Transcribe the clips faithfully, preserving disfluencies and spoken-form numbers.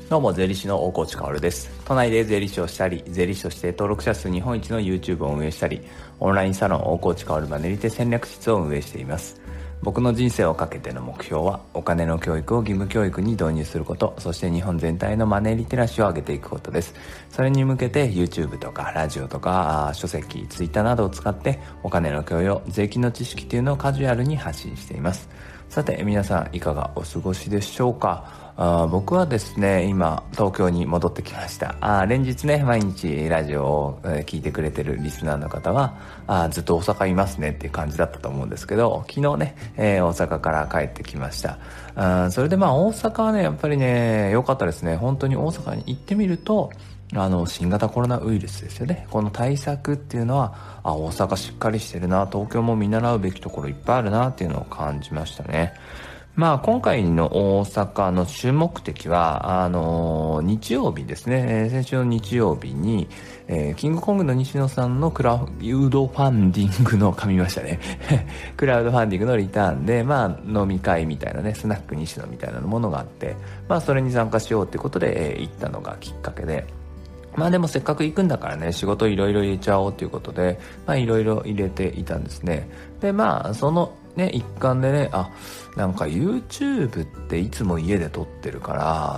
どうも、税理士の大河内薫です。都内で税理士をしたり、税理士として登録者数日本一の YouTube を運営したり、オンラインサロン大河内薫マネリテ戦略室を運営しています。僕の人生をかけての目標は、お金の教育を義務教育に導入すること、そして日本全体のマネーリテラシーを上げていくことです。それに向けて YouTube とかラジオとか書籍、Twitter などを使ってお金の教養、税金の知識というのをカジュアルに発信しています。さて、皆さんいかがお過ごしでしょうか。あ僕はですね、今東京に戻ってきました。あ連日ね、毎日ラジオを、えー、聞いてくれてるリスナーの方はあずっと大阪いますねっていう感じだったと思うんですけど、昨日ね、えー、大阪から帰ってきました。あそれでまあ大阪はね、やっぱりね良かったですね。本当に大阪に行ってみると、あの新型コロナウイルスですよね。この対策っていうのは、あ大阪しっかりしてるな、東京も見習うべきところいっぱいあるなっていうのを感じましたね。まあ今回の大阪の主目的は、あのー、日曜日ですね、先週の日曜日に、えー、キングコングの西野さんのクラウドファンディングの、噛みましたね。クラウドファンディングのリターンで、まあ飲み会みたいなね、スナック西野みたいなものがあって、まあそれに参加しようってことで、えー、行ったのがきっかけで、まあでもせっかく行くんだからね、仕事いろいろ入れちゃおうということで、まあいろいろ入れていたんですね。で、まあそのね、一環でね、あ、なんか YouTube っていつも家で撮ってるから、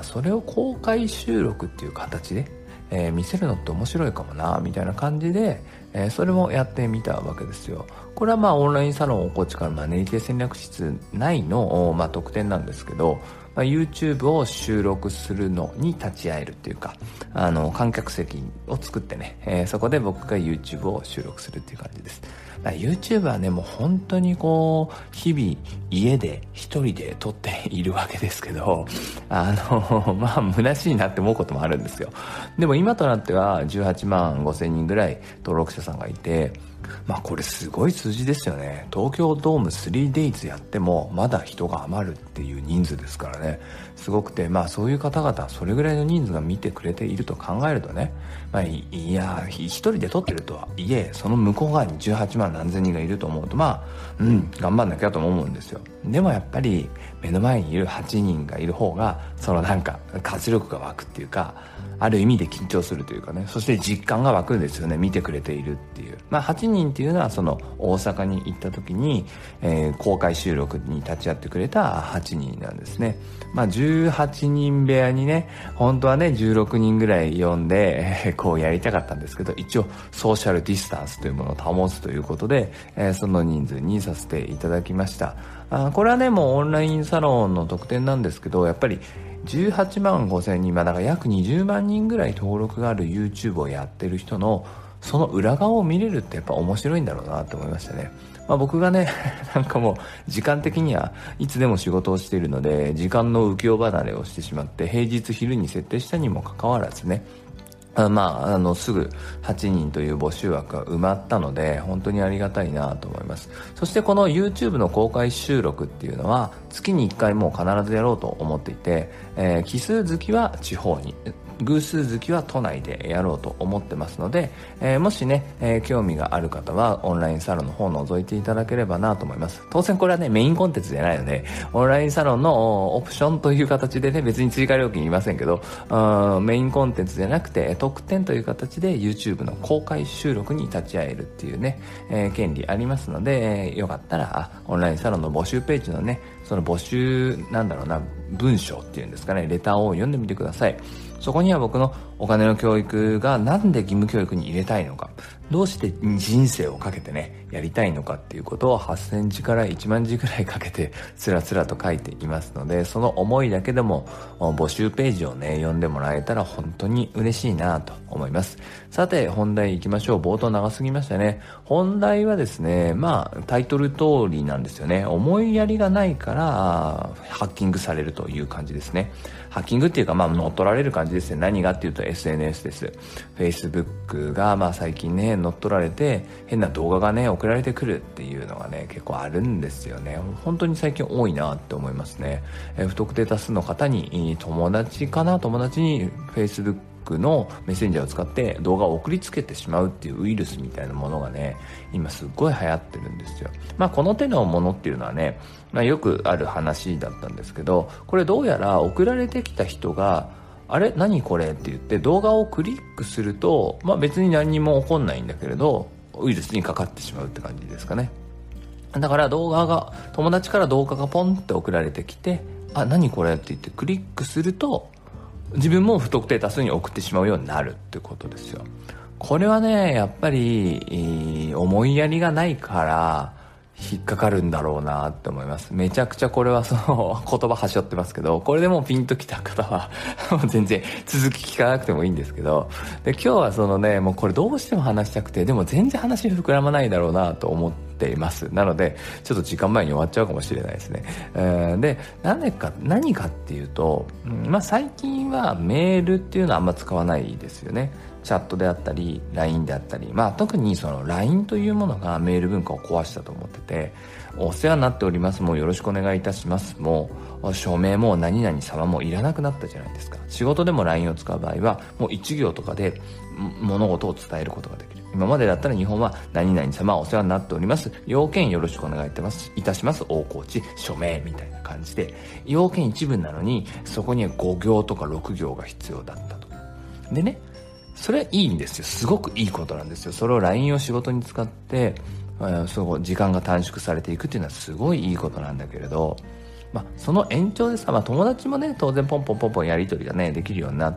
それを公開収録っていう形で、えー、見せるのって面白いかもな、みたいな感じで、えー、それもやってみたわけですよ。これはまあオンラインサロン大河内からマネリテ戦略室内の、まあ、特典なんですけど、まあ、YouTube を収録するのに立ち会えるっていうか、あの観客席を作ってね、えー、そこで僕が YouTube を収録するっていう感じです。だから YouTube はね、もう本当にこう日々家で一人で撮っているわけですけど、あのまあ虚しいなって思うこともあるんですよ。でも今となってはじゅうはちまんごせんにんぐらい登録者さんがいて、まあこれすごい数字ですよね。東京ドーム スリーデイズ やってもまだ人が余るっていう人数ですからね、すごくて、まあそういう方々、それぐらいの人数が見てくれていると考えるとね、まあいや一人で撮ってるとはいえ、その向こう側にじゅうはちまんなんぜんにんがいると思うと、まあうん頑張んなきゃとも思うんですよ。でもやっぱり目の前にいるはちにんがいる方が、そのなんか活力が湧くっていうか、ある意味で緊張するというかね、そして実感が湧くんですよね、見てくれているっていう。まあはちにんっていうのはその大阪に行った時に、えー、公開収録に立ち会ってくれたはちにんなんですね。まあじゅうはちにん部屋にね、本当はねじゅうろくにんぐらい呼んで、えー、こうやりたかったんですけど、一応ソーシャルディスタンスというものを保つということで、えー、その人数にさせていただきました。あこれはねもうオンラインサロンの特典なんですけど、やっぱりじゅうはちまんごせんにん、まあだから約にじゅうまんにんぐらい登録がある YouTube をやってる人のその裏側を見れるってやっぱ面白いんだろうなと思いましたね。まあ僕がねなんかもう時間的にはいつでも仕事をしているので、時間の浮世離れをしてしまって平日昼に設定したにもかかわらずね、あまあ、あのすぐはちにんという募集枠が埋まったので本当にありがたいなと思います。そしてこの YouTube の公開収録っていうのは月にいっかいもう必ずやろうと思っていて、えー、奇数月は地方に、偶数月は都内でやろうと思ってますので、えー、もしね、えー、興味がある方はオンラインサロンの方を覗いていただければなと思います。当然これはねメインコンテンツじゃないので、オンラインサロンのオプションという形でね、別に追加料金いませんけど、メインコンテンツじゃなくて特典という形で YouTube の公開収録に立ち会えるっていうね、えー、権利ありますので、えー、よかったらオンラインサロンの募集ページのね、その募集なんだろうな文章っていうんですかね、レターを読んでみてください。そこには僕のお金の教育がなんで義務教育に入れたいのか、どうして人生をかけてねやりたいのかっていうことをはちせんじからいちまんじぐらいかけてつらつらと書いていますので、その思いだけでも募集ページをね読んでもらえたら本当に嬉しいなと思います。さて本題行きましょう。冒頭長すぎましたね。本題はですね、まあタイトル通りなんですよね。思いやりがないからハッキングされるという感じですね。ハッキングっていうかまあ乗っ取られる感じですね。何がっていうと エスエヌエス です。 Facebook がまあ最近ね乗っ取られて変な動画がね送られてくるっていうのがね結構あるんですよね。本当に最近多いなって思いますね。え不特定多数の方に、友達かな友達に Facebook のメッセンジャーを使って動画を送りつけてしまうっていうウイルスみたいなものがね今すっごい流行ってるんですよ。まあこの手のものっていうのはね、まあ、よくある話だったんですけど、これどうやら送られてきた人があれ何これって言って動画をクリックすると、まあ別に何にも起こんないんだけれど、ウイルスにかかってしまうって感じですかね。だから動画が、友達から動画がポンって送られてきて、あ、何これって言ってクリックすると、自分も不特定多数に送ってしまうようになるってことですよ。これはね、やっぱり、思いやりがないから、引っかかるんだろうなって思います。めちゃくちゃこれはその言葉はしょってますけど、これでもうピンときた方はもう全然続き聞かなくてもいいんですけど、で今日はそのね、もうこれどうしても話したくて、でも全然話膨らまないだろうなと思っています。なのでちょっと時間前に終わっちゃうかもしれないですね。えー、でなんでか何かっていうと、うん、まあ最近はメールっていうのはあんま使わないですよね。チャットであったり ライン であったり、まあ特にその ライン というものがメール文化を壊したと思ってて、お世話になっております、もうよろしくお願いいたします、もう署名も何々様もいらなくなったじゃないですか。仕事でも ライン を使う場合はもう一行とかで物事を伝えることができる。今までだったら日本は何々様お世話になっております、要件よろしくお願いいたします、大河内署名みたいな感じで、要件一文なのにそこにはご行とかろく行が必要だったと。でね、それはいいんですよ。すごくいいことなんですよ。それを ライン を仕事に使って、その時間が短縮されていくっていうのはすごいいいことなんだけれど、まあ、その延長でさ、まあ、友達もね当然ポンポンポンポンやり取りがねできるようになって、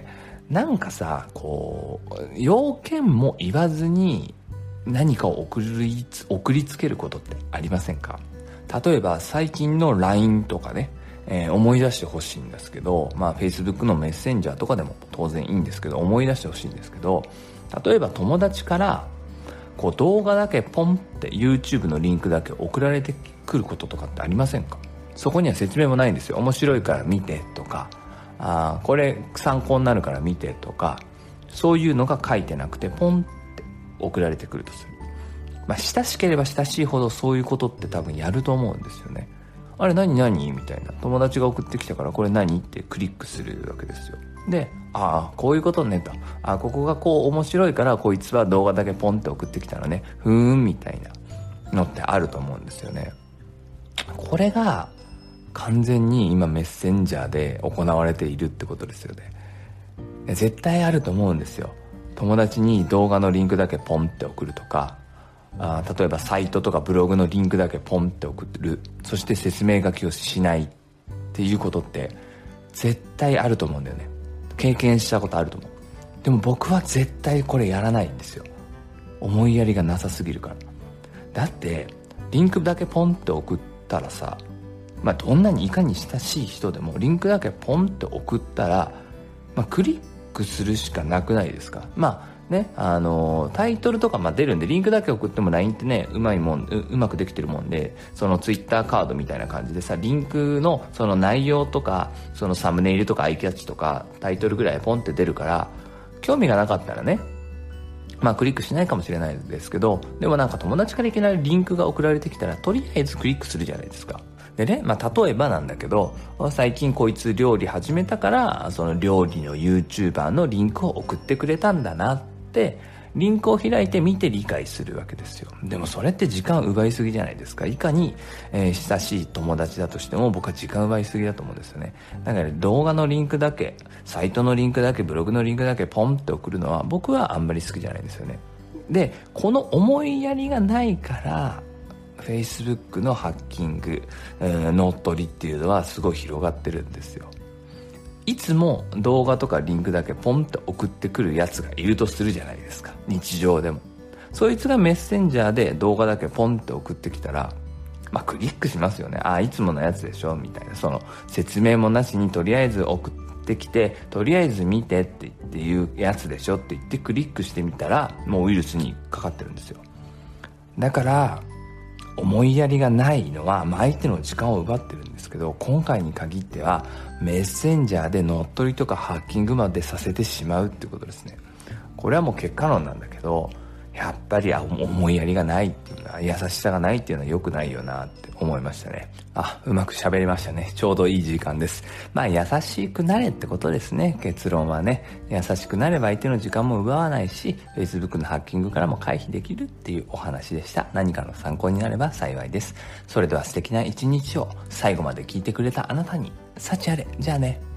なんかさ、こう要件も言わずに何かを送り送りつけることってありませんか？例えば最近の ライン とかね、えー、思い出してほしいんですけど、まあ Facebook のメッセンジャーとかでも当然いいんですけど、思い出してほしいんですけど、例えば友達からこう動画だけポンって YouTube のリンクだけ送られてくることとかってありませんか？そこには説明もないんですよ。面白いから見てとか、あこれ参考になるから見てとか、そういうのが書いてなくてポンって送られてくるとする。まあ親しければ親しいほどそういうことって多分やると思うんですよね。あれ何何みたいな、友達が送ってきたからこれ何ってクリックするわけですよ。で、ああこういうことねと、あここがこう面白いからこいつは動画だけポンって送ってきたのね、ふーんみたいなのってあると思うんですよね。これが完全に今メッセンジャーで行われているってことですよね。絶対あると思うんですよ。友達に動画のリンクだけポンって送るとか、あ例えばサイトとかブログのリンクだけポンって送る、そして説明書きをしないっていうことって絶対あると思うんだよね。経験したことあると思う。でも僕は絶対これやらないんですよ。思いやりがなさすぎるから。だってリンクだけポンって送ったらさ、まあどんなにいかに親しい人でもリンクだけポンって送ったら、まあクリックするしかなくないですか。まあね、あのタイトルとかまあ出るんで、リンクだけ送っても ライン ってね、うまいもん う, うまくできてるもんで、そのツイッターカードみたいな感じでさ、リンクのその内容とかそのサムネイルとかアイキャッチとかタイトルぐらいポンって出るから、興味がなかったらね、まあクリックしないかもしれないですけど、でもなんか友達からいきなりリンクが送られてきたらとりあえずクリックするじゃないですか。でね、まあ例えばなんだけど、最近こいつ料理始めたから、その料理の YouTuber のリンクを送ってくれたんだなってリンクを開いて見て理解するわけですよ。でもそれって時間奪いすぎじゃないですか。いかに、えー、親しい友達だとしても僕は時間奪いすぎだと思うんですよね。だから動画のリンクだけ、サイトのリンクだけ、ブログのリンクだけポンって送るのは僕はあんまり好きじゃないんですよね。でこの思いやりがないからFacebook のハッキング、えー、乗っ取りっていうのはすごい広がってるんですよ。いつも動画とかリンクだけポンと送ってくるやつがいるとするじゃないですか。日常でもそいつがメッセンジャーで動画だけポンって送ってきたら、まあクリックしますよね。ああいつものやつでしょみたいな、その説明もなしにとりあえず送ってきて、とりあえず見てって言っていうやつでしょって言ってクリックしてみたら、もうウイルスにかかってるんですよ。だから思いやりがないのは、まあ、相手の時間を奪ってるんですけど、今回に限ってはメッセンジャーで乗っ取りとかハッキングまでさせてしまうってことですね。これはもう結果論なんだけど、やっぱり思いやりがないっていうのは、優しさがないっていうのは良くないよなって思いましたね。あ、うまく喋りましたね。ちょうどいい時間です。まあ優しくなれってことですね。結論はね、優しくなれば相手の時間も奪わないし、 Facebook のハッキングからも回避できるっていうお話でした。何かの参考になれば幸いです。それでは素敵な一日を最後まで聞いてくれたあなたに幸あれ。じゃあね。